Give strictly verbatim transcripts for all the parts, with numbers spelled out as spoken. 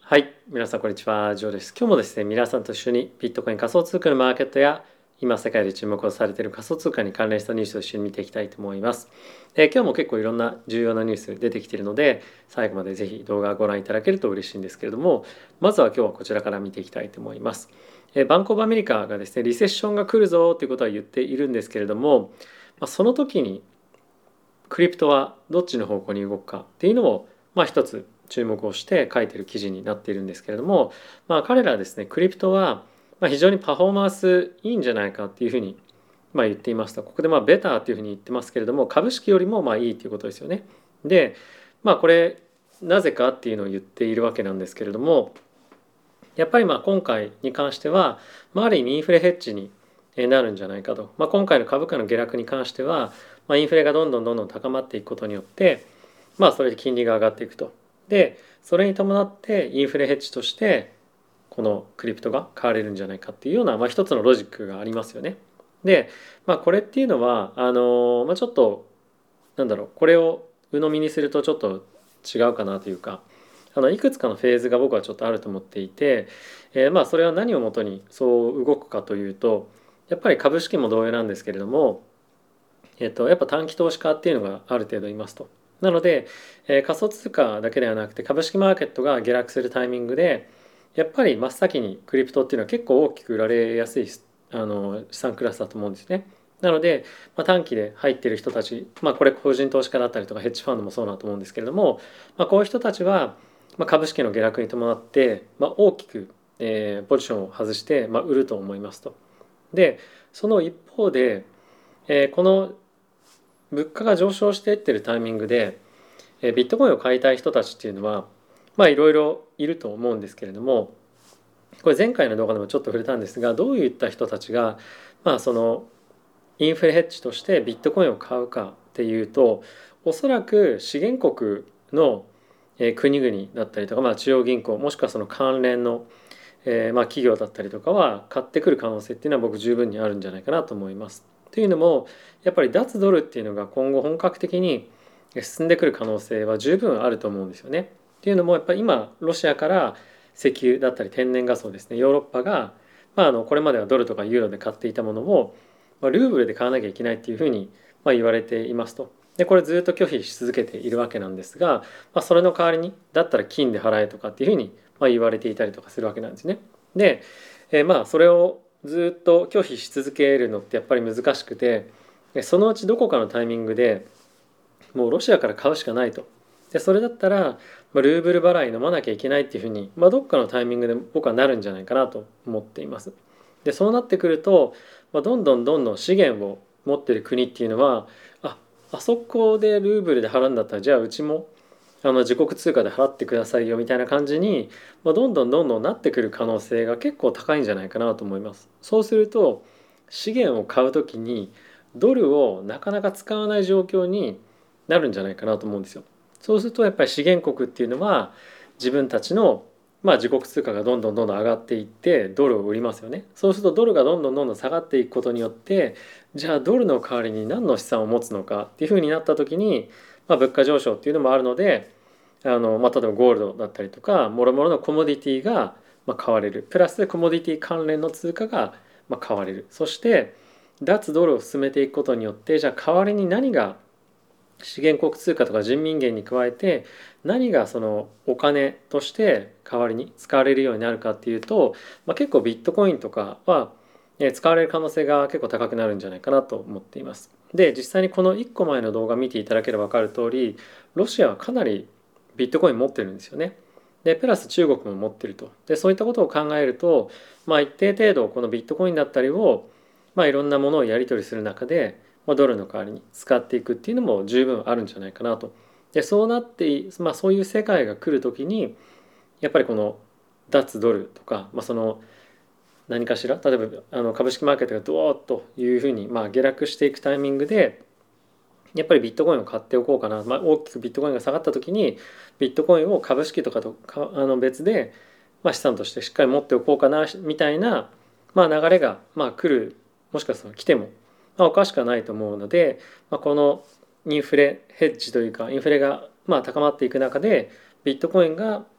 はい、皆さんこんにちは、ジョーです。今日もですね、皆さんと一緒にビットコイン仮想通貨のマーケットや今世界で注目をされている仮想通貨に関連したニュースを一緒に見ていきたいと思います。えー今日も結構いろんな重要なニュース出てきているので、最後までぜひ動画をご覧いただけると嬉しいんですけれども、まずは今日はこちらから見ていきたいと思います。えーバンコブアメリカがですね、リセッションが来るぞということは言っているんですけれども、まあ、その時にクリプトはどっちの方向に動くかっていうのを、まあ、一つ注目をして書いている記事になっているんですけれども、まあ、彼らはですねクリプトはまあ非常にパフォーマンスいいんじゃないかっていうふうにまあ言っていました。ここでまあベターっていうふうに言ってますけれども、株式よりもまあいいということですよね。でまあこれなぜかっていうのを言っているわけなんですけれども、やっぱりまあ今回に関しては、まあ、ある意味インフレヘッジになるんじゃないかと、まあ、今回の株価の下落に関しては、まあ、インフレがどんどんどんどん高まっていくことによって、まあ、それで金利が上がっていくと。でそれに伴ってインフレヘッジとしてこのクリプトが買われるんじゃないかっていうような、まあ、一つのロジックがありますよね。で、まあ、これっていうのはあの、まあ、ちょっとなんだろう、これを鵜呑みにするとちょっと違うかなというか、あのいくつかのフェーズが僕はちょっとあると思っていて、えーまあそれは何をもとにそう動くかというと、やっぱり株式も同様なんですけれども、えっと、やっぱ短期投資家っていうのがある程度いますと。なので、えー仮想通貨だけではなくて株式マーケットが下落するタイミングで、やっぱり真っ先にクリプトっていうのは結構大きく売られやすいあの資産クラスだと思うんですね。なので、まあ、短期で入っている人たち、まあ、これ個人投資家だったりとかヘッジファンドもそうだと思うんですけれども、まあ、こういう人たちは、まあ、株式の下落に伴って、まあ、大きく、えーポジションを外して、まあ、売ると思いますと。でその一方で、えーこの物価が上昇していってるタイミングで、えービットコインを買いたい人たちっていうのはまあいろいろいると思うんですけれども、これ前回の動画でもちょっと触れたんですが、どういった人たちがまあそのインフレヘッジとしてビットコインを買うかっていうと、おそらく資源国の国々だったりとか、まあ、中央銀行もしくはその関連の、えーまあ企業だったりとかは買ってくる可能性っていうのは僕十分にあるんじゃないかなと思います。というのもやっぱり脱ドルっていうのが今後本格的に進んでくる可能性は十分あると思うんですよね。っていうのもやっぱり今ロシアから石油だったり天然ガスをですねヨーロッパが、まあ、あのこれまではドルとかユーロで買っていたものをまあ、ルーブルで買わなきゃいけないっていうふうにまあ言われていますと。でこれずっと拒否し続けているわけなんですが、まあ、それの代わりにだったら金で払えとかっていうふうにまあ言われていたりとかするわけなんですね。で、えーまあそれをずっと拒否し続けるのってやっぱり難しくて、そのうちどこかのタイミングでもうロシアから買うしかないと。でそれだったら、まあ、ルーブル払い飲まなきゃいけないっていうふうに、まあ、どっかのタイミングで僕はなるんじゃないかなと思っています。でそうなってくると、まあ、どんどんどんどん資源を持ってる国っていうのは、ああそこでルーブルで払うんだったらじゃあうちもあの自国通貨で払ってくださいよみたいな感じに、まあ、どんどんどんどんなってくる可能性が結構高いんじゃないかなと思います。そうすると資源を買うときにドルをなかなか使わない状況になるんじゃないかなと思うんですよ。そうするとやっぱり資源国っていうのは自分たちのまあ自国通貨がどんどんどんどん上がっていってドルを売りますよね。そうするとドルがどんどんどんどん下がっていくことによって、じゃあドルの代わりに何の資産を持つのかっていうふうになった時に、まあ、物価上昇っていうのもあるので、あの、まあ、例えばゴールドだったりとかもろもろのコモディティがまあ買われる、プラスコモディティ関連の通貨がまあ買われる。そして脱ドルを進めていくことによって、じゃあ代わりに何が資源国通貨とか人民元に加えて何がそのお金として代わりに使われるようになるかっていうと、まあ、結構ビットコインとかは使われる可能性が結構高くなるんじゃないかなと思っています。で実際にこのいっこまえの動画見ていただければ分かる通り、ロシアはかなりビットコイン持ってるんですよね。でプラス中国も持ってると。でそういったことを考えると、まあ、一定程度このビットコインだったりを、まあ、いろんなものをやり取りする中でまあ、ドルの代わりに使っていくっていうのも十分あるんじゃないかなと。でそうなって、まあ、そういう世界が来る時にやっぱりこの脱ドルとか、まあ、その何かしら例えばあの株式マーケットがドーッというふうにまあ下落していくタイミングでやっぱりビットコインを買っておこうかな、まあ、大きくビットコインが下がった時にビットコインを株式とかとかあの別で、まあ、資産としてしっかり持っておこうかなみたいな、まあ、流れがまあ来る、もしかしたら来てもまあおかしくはないと思うので、まあ、このインフレヘッジというかインフレがまあ高まっていく中でビットコインが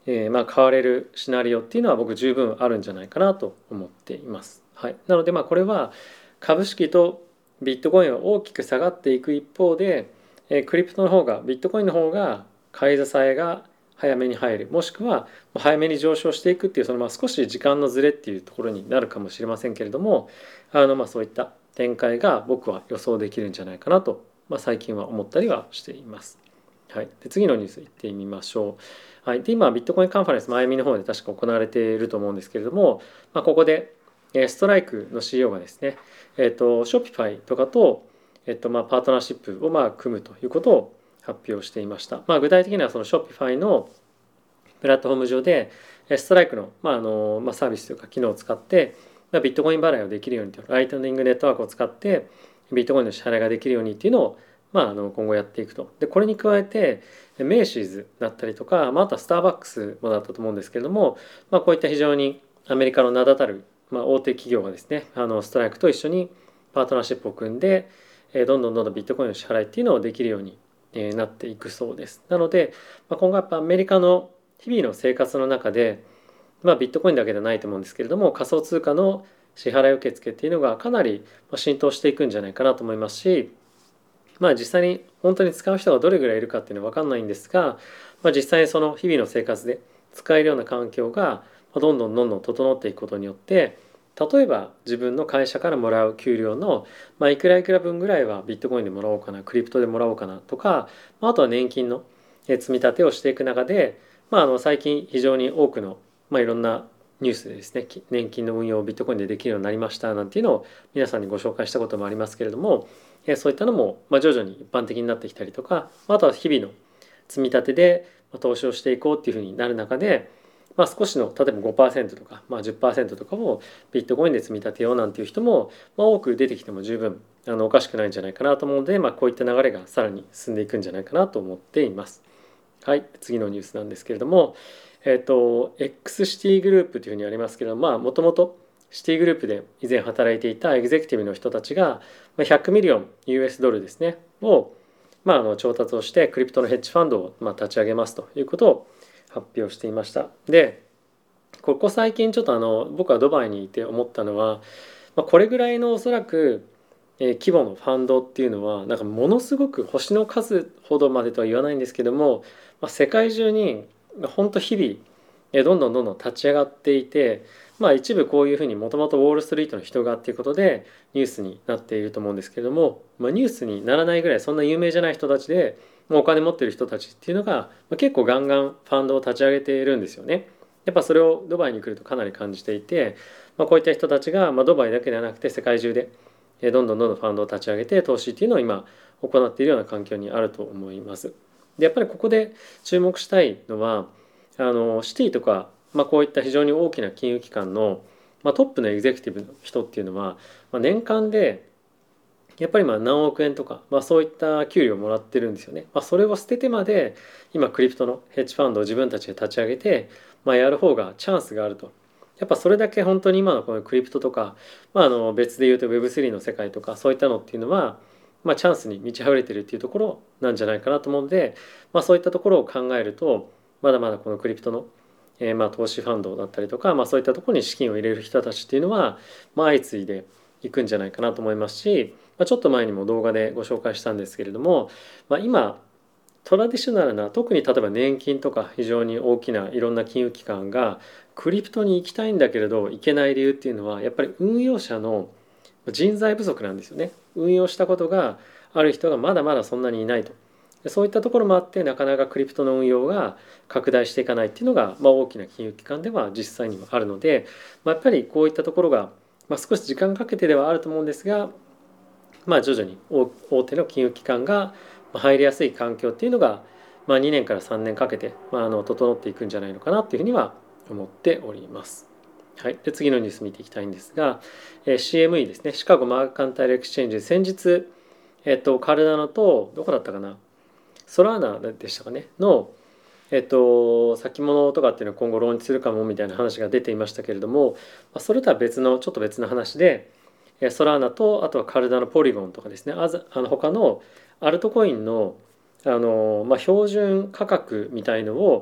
えーまあ買われるシナリオっていうのは僕十分あるんじゃないかなと思っています。はい、なのでまあこれは株式とビットコインは大きく下がっていく一方で、えークリプトの方がビットコインの方が買い支えが早めに入る、もしくは早めに上昇していくっていうそのまあ少し時間のずれっていうところになるかもしれませんけれども、あのまあそういった展開が僕は予想できるんじゃないかなと、まあ、最近は思ったりはしています。はい、で次のニュースいってみましょう。はい、で今ビットコインカンファレンスマイアミの方で確か行われていると思うんですけれども、まあ、ここでストライクの シーイーオー がですね、えっと、ショピファイとかと、えっと、まあパートナーシップをまあ組むということを発表していました。まあ、具体的にはその Shopify のプラットフォーム上でストライクの、まああのまあ、サービスというか機能を使って、まあ、ビットコイン払いをできるようにというライトニングネットワークを使ってビットコインの支払いができるようにっていうのを、まあ、あの今後やっていくと。でこれに加えてメイシーズだったりとか、まあ、あとはスターバックスもだったと思うんですけれども、まあ、こういった非常にアメリカの名だたる、まあ、大手企業がですねあのストライクと一緒にパートナーシップを組んでどんどんどんどんビットコインの支払いっていうのをできるようになっていくそうです。なので今後やっぱアメリカの日々の生活の中で、まあ、ビットコインだけではないと思うんですけれども仮想通貨の支払い受付っていうのがかなり浸透していくんじゃないかなと思いますし、まあ実際に本当に使う人がどれぐらいいるかっていうのは分かんないんですが、まあ、実際にその日々の生活で使えるような環境がどんどんどんどん整っていくことによって例えば自分の会社からもらう給料の、まあ、いくらいくら分ぐらいはビットコインでもらおうかなクリプトでもらおうかなとかあとは年金の積み立てをしていく中で、まあ、あの最近非常に多くの、まあ、いろんなニュースでですね年金の運用をビットコインでできるようになりましたなんていうのを皆さんにご紹介したこともありますけれども、そういったのも徐々に一般的になってきたりとかあとは日々の積み立てで投資をしていこうっていうふうになる中で、まあ、少しの例えばごパーセントとか、まあ、じゅっパーセントとかをビットコインで積み立てようなんていう人も、まあ、多く出てきても十分あのおかしくないんじゃないかなと思うので、まあ、こういった流れがさらに進んでいくんじゃないかなと思っています。はい、次のニュースなんですけれども、えっと、X シティグループというふうにありますけど、まあ、もともとシティグループで以前働いていたエグゼクティブの人たちがひゃくミリオン ユーエス ドルですね、を、まあ、あの調達をしてクリプトのヘッジファンドをまあ立ち上げますということを発表していました。で、ここ最近ちょっとあの僕はドバイにいて思ったのは、まあ、これぐらいのおそらくえー規模のファンドっていうのはなんかものすごく星の数ほどまでとは言わないんですけども、まあ、世界中に本当日々えーどんどんどんどん立ち上がっていて、まあ、一部こういうふうにもともとウォール・ストリートの人がっていうことでニュースになっていると思うんですけれども、まあ、ニュースにならないぐらいそんな有名じゃない人たちでもうお金持ってる人たちっていうのが、まあ、結構ガンガンファンドを立ち上げているんですよね。やっぱそれをドバイに来るとかなり感じていて、まあ、こういった人たちが、まあ、ドバイだけではなくて世界中でどんどんどんどんファンドを立ち上げて投資っていうのを今行っているような環境にあると思います。でやっぱりここで注目したいのはあのシティとか、まあ、こういった非常に大きな金融機関の、まあ、トップのエグゼクティブの人っていうのは、まあ、年間でやっぱりまあ何億円とか、まあ、そういった給料をもらってるんですよね。まあ、それを捨ててまで今クリプトのヘッジファンドを自分たちで立ち上げて、まあ、やる方がチャンスがあると。やっぱそれだけ本当に今のこのクリプトとか、まあ、あの別で言うと ウェブスリー の世界とかそういったのっていうのは、まあ、チャンスに満ち溢れてるっていうところなんじゃないかなと思うので、まあ、そういったところを考えるとまだまだこのクリプトの、えーまあ投資ファンドだったりとか、まあ、そういったところに資金を入れる人たちっていうのは、まあ、相次いでいくんじゃないかなと思いますし、まあ、ちょっと前にも動画でご紹介したんですけれども、まあ、今トラディショナルな特に例えば年金とか非常に大きないろんな金融機関がクリプトに行きたいんだけれど行けない理由っていうのはやっぱり運用者の人材不足なんですよね。運用したことがある人がまだまだそんなにいないと。そういったところもあってなかなかクリプトの運用が拡大していかないっていうのが、まあ、大きな金融機関では実際にはあるので、まあ、やっぱりこういったところが、まあ、少し時間かけてではあると思うんですが、まあ、徐々に大手の金融機関が入りやすい環境っていうのが、まあ、にねんからさんねんかけて、まあ、あの整っていくんじゃないのかなっていうふうには思っております。はい、で次のニュース見ていきたいんですが、えー、シーエムイー ですね、シカゴマーカンタイルエクスチェンジ先日、えっと、カルダノとどこだったかな、ソラーナでしたかねの、えっと、先物とかっていうのは今後ローンチするかもみたいな話が出ていましたけれども、それとは別のちょっと別の話でソラーナとあとはカルダのポリゴンとかですね、あざあの他のアルトコインのあの、まあ、標準価格みたいのを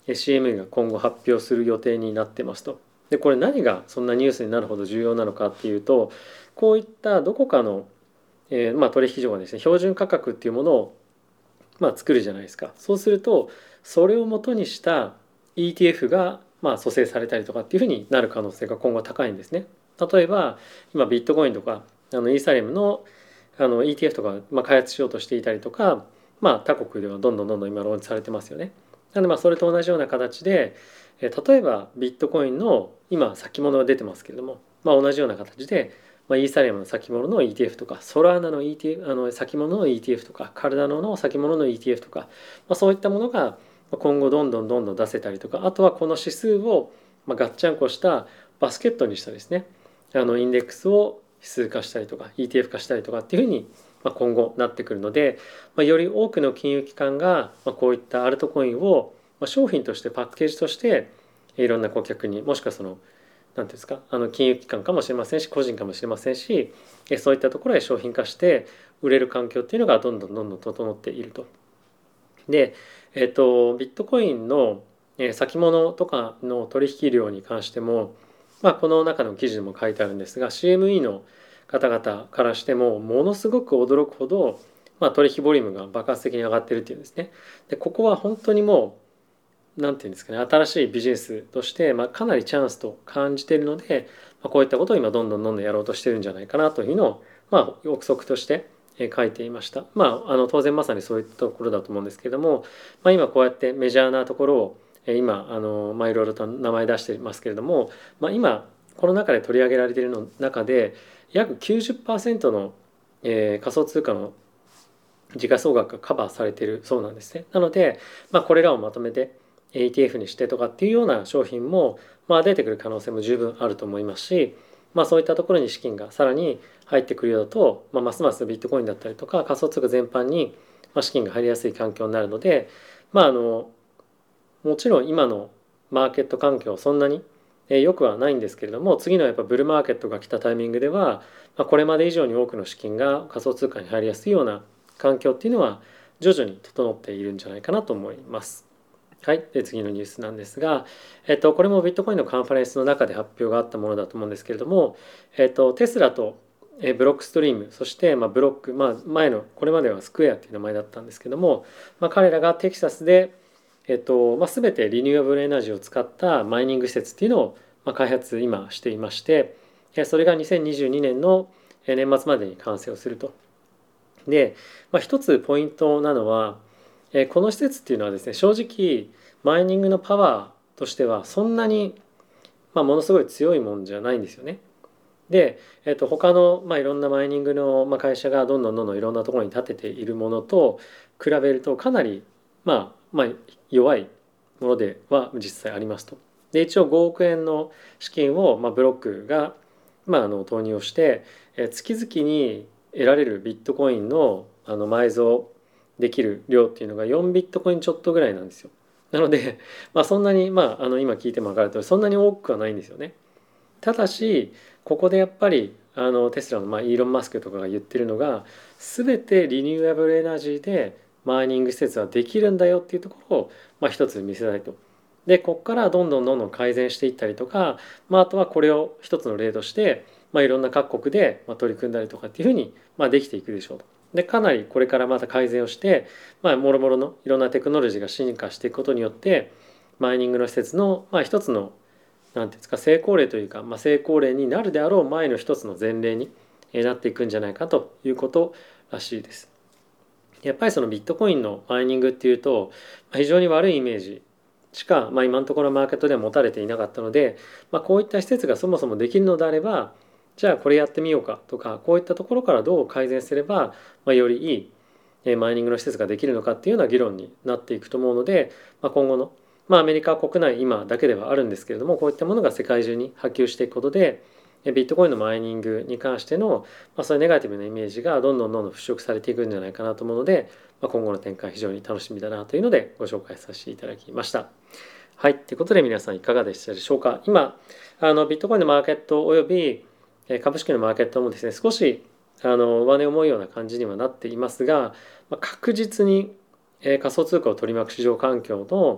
シーエムイー が今後発表する予定になってますと。でこれ何がそんなニュースになるほど重要なのかっていうと、こういったどこかの、えーまあ、取引所がですね標準価格っていうものを、まあ、作るじゃないですか。そうするとそれを元にした イーティーエフ が、まあ、蘇生されたりとかっていうふうになる可能性が今後高いんですね。例えば今ビットコインとかあのイーサリアムのあの イーティーエフ とか、まあ、開発しようとしていたりとか、まあ、他国ではどんどんどんどん今ローンチされてますよね。なのでまあそれと同じような形で、え例えばビットコインの今先物が出てますけれども、まあ、同じような形で、まあ、イーサリアムの先物の イーティーエフ とかソラーナの イーティーエフ あの先物の イーティーエフ とかカルダノの先物の イーティーエフ とか、まあ、そういったものが今後どんどんどんどん出せたりとか、あとはこの指数をまあガッチャンコしたバスケットにしたですねあのインデックスを指数化したりとか イーティーエフ 化したりとかっていうふうに今後なってくるので、より多くの金融機関がこういったアルトコインを商品としてパッケージとしていろんな顧客に、もしくはその何ていうんですか、あの金融機関かもしれませんし個人かもしれませんし、そういったところへ商品化して売れる環境っていうのがどんどんどんどん整っていると。で、えっと、ビットコインの先物とかの取引量に関しても、まあ、この中の記事でも書いてあるんですが シーエムイー の方々からしてもものすごく驚くほど、まあ、取引ボリュームが爆発的に上がってるっていうんですね。でここは本当にもう何て言うんですかね、新しいビジネスとして、まあ、かなりチャンスと感じているので、まあ、こういったことを今どんどんどんどんやろうとしてるんじゃないかなというのを、まあ、憶測として書いていました。まあ、あの当然まさにそういったところだと思うんですけれども、まあ、今こうやってメジャーなところを今あの、まあ、いろいろと名前出していますけれども、まあ、今この中で取り上げられているの中で約 きゅうじゅっパーセント の、えー、仮想通貨の時価総額がカバーされているそうなんですね。なので、まあ、これらをまとめて イーティーエフ にしてとかっていうような商品も、まあ、出てくる可能性も十分あると思いますし、まあ、そういったところに資金がさらに入ってくるようだと、まあ、ますますビットコインだったりとか仮想通貨全般に資金が入りやすい環境になるので、まあ、あのもちろん今のマーケット環境そんなに良くはないんですけれども、次のやっぱブルーマーケットが来たタイミングでは、まあ、これまで以上に多くの資金が仮想通貨に入りやすいような環境っていうのは徐々に整っているんじゃないかなと思います。はい、で次のニュースなんですが、えっと、これもビットコインのカンファレンスの中で発表があったものだと思うんですけれども、えっと、テスラとブロックストリーム、そしてまあブロック、まあ、前のこれまではスクエアっていう名前だったんですけども、まあ、彼らがテキサスで、えっとまあ、全てリニューアブルエナジーを使ったマイニング施設っていうのをまあ開発今していまして、それがにせんにじゅうにねんの年末までに完成をすると。で、まあ、一つポイントなのは、えーこの施設っていうのはですね、正直マイニングのパワーとしてはそんなに、まあ、ものすごい強いもんじゃないんですよね。で、えー、と他の、まあ、いろんなマイニングの、まあ、会社がどんどんどんどんいろんなところに建てているものと比べるとかなり、まあ、まあ弱いものでは実際ありますと。で一応ごおくえんの資金を、まあ、ブロックが、まあ、あの投入をして、えー月々に得られるビットコインのあの埋蔵できる量っていうのがよんビットコインちょっとぐらいなんですよ。なので、まあ、そんなに、まあ、あの今聞いても分かるとおりそんなに多くはないんですよね。ただしここでやっぱりあのテスラの、まあ、イーロン・マスクとかが言ってるのが全てリニューアブルエナジーでマイニング施設はできるんだよっていうところを、まあ、一つ見せたいと。でここからどんどんどんどん改善していったりとか、まあ、あとはこれを一つの例として、まあ、いろんな各国で取り組んだりとかっていうふうに、まあ、できていくでしょうと。でかなりこれからまた改善をして、まあ、もろもろのいろんなテクノロジーが進化していくことによってマイニングの施設の、まあ、一つの何ていうんですか成功例というか、まあ、成功例になるであろう前の一つの前例になっていくんじゃないかということらしいです。やっぱりそのビットコインのマイニングっていうと非常に悪いイメージしか、まあ、今のところマーケットでは持たれていなかったので、まあ、こういった施設がそもそもできるのであればじゃあこれやってみようかとかこういったところからどう改善すれば、まあ、よりいいマイニングの施設ができるのかっていうような議論になっていくと思うので、まあ、今後の、まあ、アメリカ国内今だけではあるんですけれどもこういったものが世界中に波及していくことでビットコインのマイニングに関しての、まあ、そういうネガティブなイメージがどんどんどんどん払拭されていくんじゃないかなと思うので、まあ、今後の展開非常に楽しみだなというのでご紹介させていただきました。はい、ということで皆さんいかがでしたでしょうか。今あのビットコインのマーケットおよび株式のマーケットもですね少しあの上値重いような感じにはなっていますが、まあ、確実に仮想通貨を取り巻く市場環境の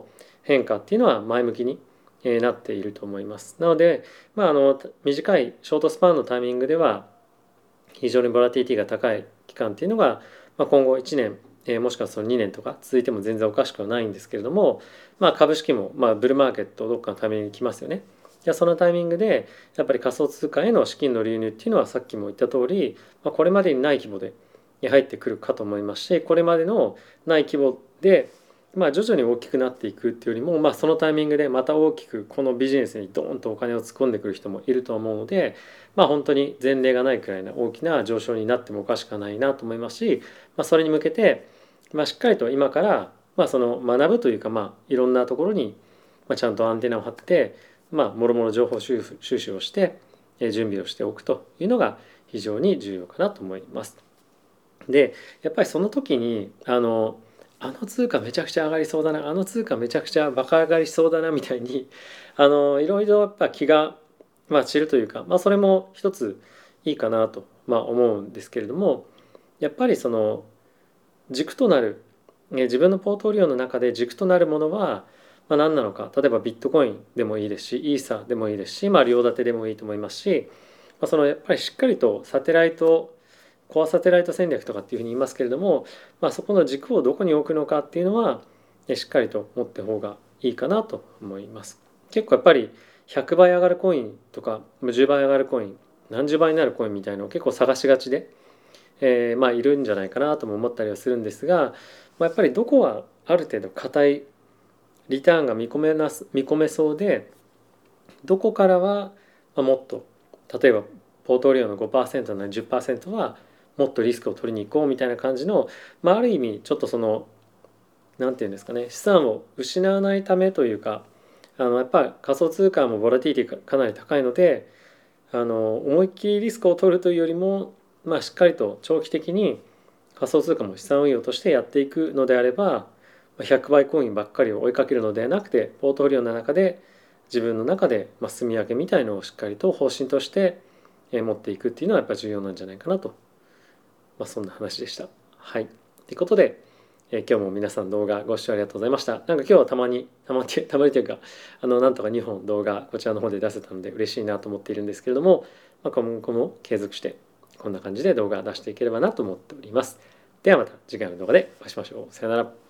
変化っていうのは前向きになっていると思います。なので、まあ、あの短いショートスパンのタイミングでは非常にボラティティが高い期間っていうのが、まあ、今後いちねん、えー、もしくはそのにねんとか続いても全然おかしくはないんですけれども、まあ、株式も、まあ、ブルーマーケットどっかのタイミングに来ますよね。じゃあそのタイミングでやっぱり仮想通貨への資金の流入っていうのはさっきも言った通り、まあ、これまでにない規模で入ってくるかと思いますし、これまでのない規模でまあ徐々に大きくなっていくっていうよりも、まあ、そのタイミングでまた大きくこのビジネスにドーンとお金を突っ込んでくる人もいると思うので、まあ、本当に前例がないくらいの大きな上昇になってもおかしくはないなと思いますし、まあ、それに向けて、まあ、しっかりと今から、まあ、その学ぶというか、まあ、いろんなところにちゃんとアンテナを張って、まあ、もろもろ情報収集をして準備をしておくというのが非常に重要かなと思います。でやっぱりその時にあのあの通貨めちゃくちゃ上がりそうだな、あの通貨めちゃくちゃバカ上がりしそうだなみたいにあのいろいろやっぱ気が、まあ、散るというか、まあ、それも一ついいかなと、まあ、思うんですけれども、やっぱりその軸となる自分のポートフォリオの中で軸となるものは、まあ、何なのか。例えばビットコインでもいいですし、イーサでもいいですし、まあ、両立てでもいいと思いますし、まあ、そのやっぱりしっかりとサテライトコアサテライト戦略とかっていうふうに言いますけれども、まあ、そこの軸をどこに置くのかっていうのはしっかりと持って方がいいかなと思います。結構やっぱりひゃくばい上がるコインとかじゅうばい上がるコイン、何十倍になるコインみたいのを結構探しがちで、えー、まあいるんじゃないかなとも思ったりはするんですが、まあ、やっぱりどこはある程度硬いリターンが見込めなす見込めそうで、どこからはもっと例えばポートフォリオのごパーセントなりじゅっパーセントはもっとリスクを取りに行こうみたいな感じの、まあ、ある意味ちょっとその何て言うんですかね、資産を失わないためというか、あのやっぱり仮想通貨もボラティティがかなり高いので、あの思いっきりリスクを取るというよりも、まあ、しっかりと長期的に仮想通貨も資産運用としてやっていくのであれば、ひゃくばいコインばっかりを追いかけるのではなくて、ポートフォリオの中で自分の中で住み分けみたいのをしっかりと方針として持っていくっていうのはやっぱり重要なんじゃないかなと、まあ、そんな話でした。はい。ということで、え今日も皆さん動画ご視聴ありがとうございました。なんか今日はたまに、たまに、たまにというか、あの、なんとかにほん動画こちらの方で出せたので嬉しいなと思っているんですけれども、まあ、今後も継続してこんな感じで動画出していければなと思っております。ではまた次回の動画でお会いしましょう。さよなら。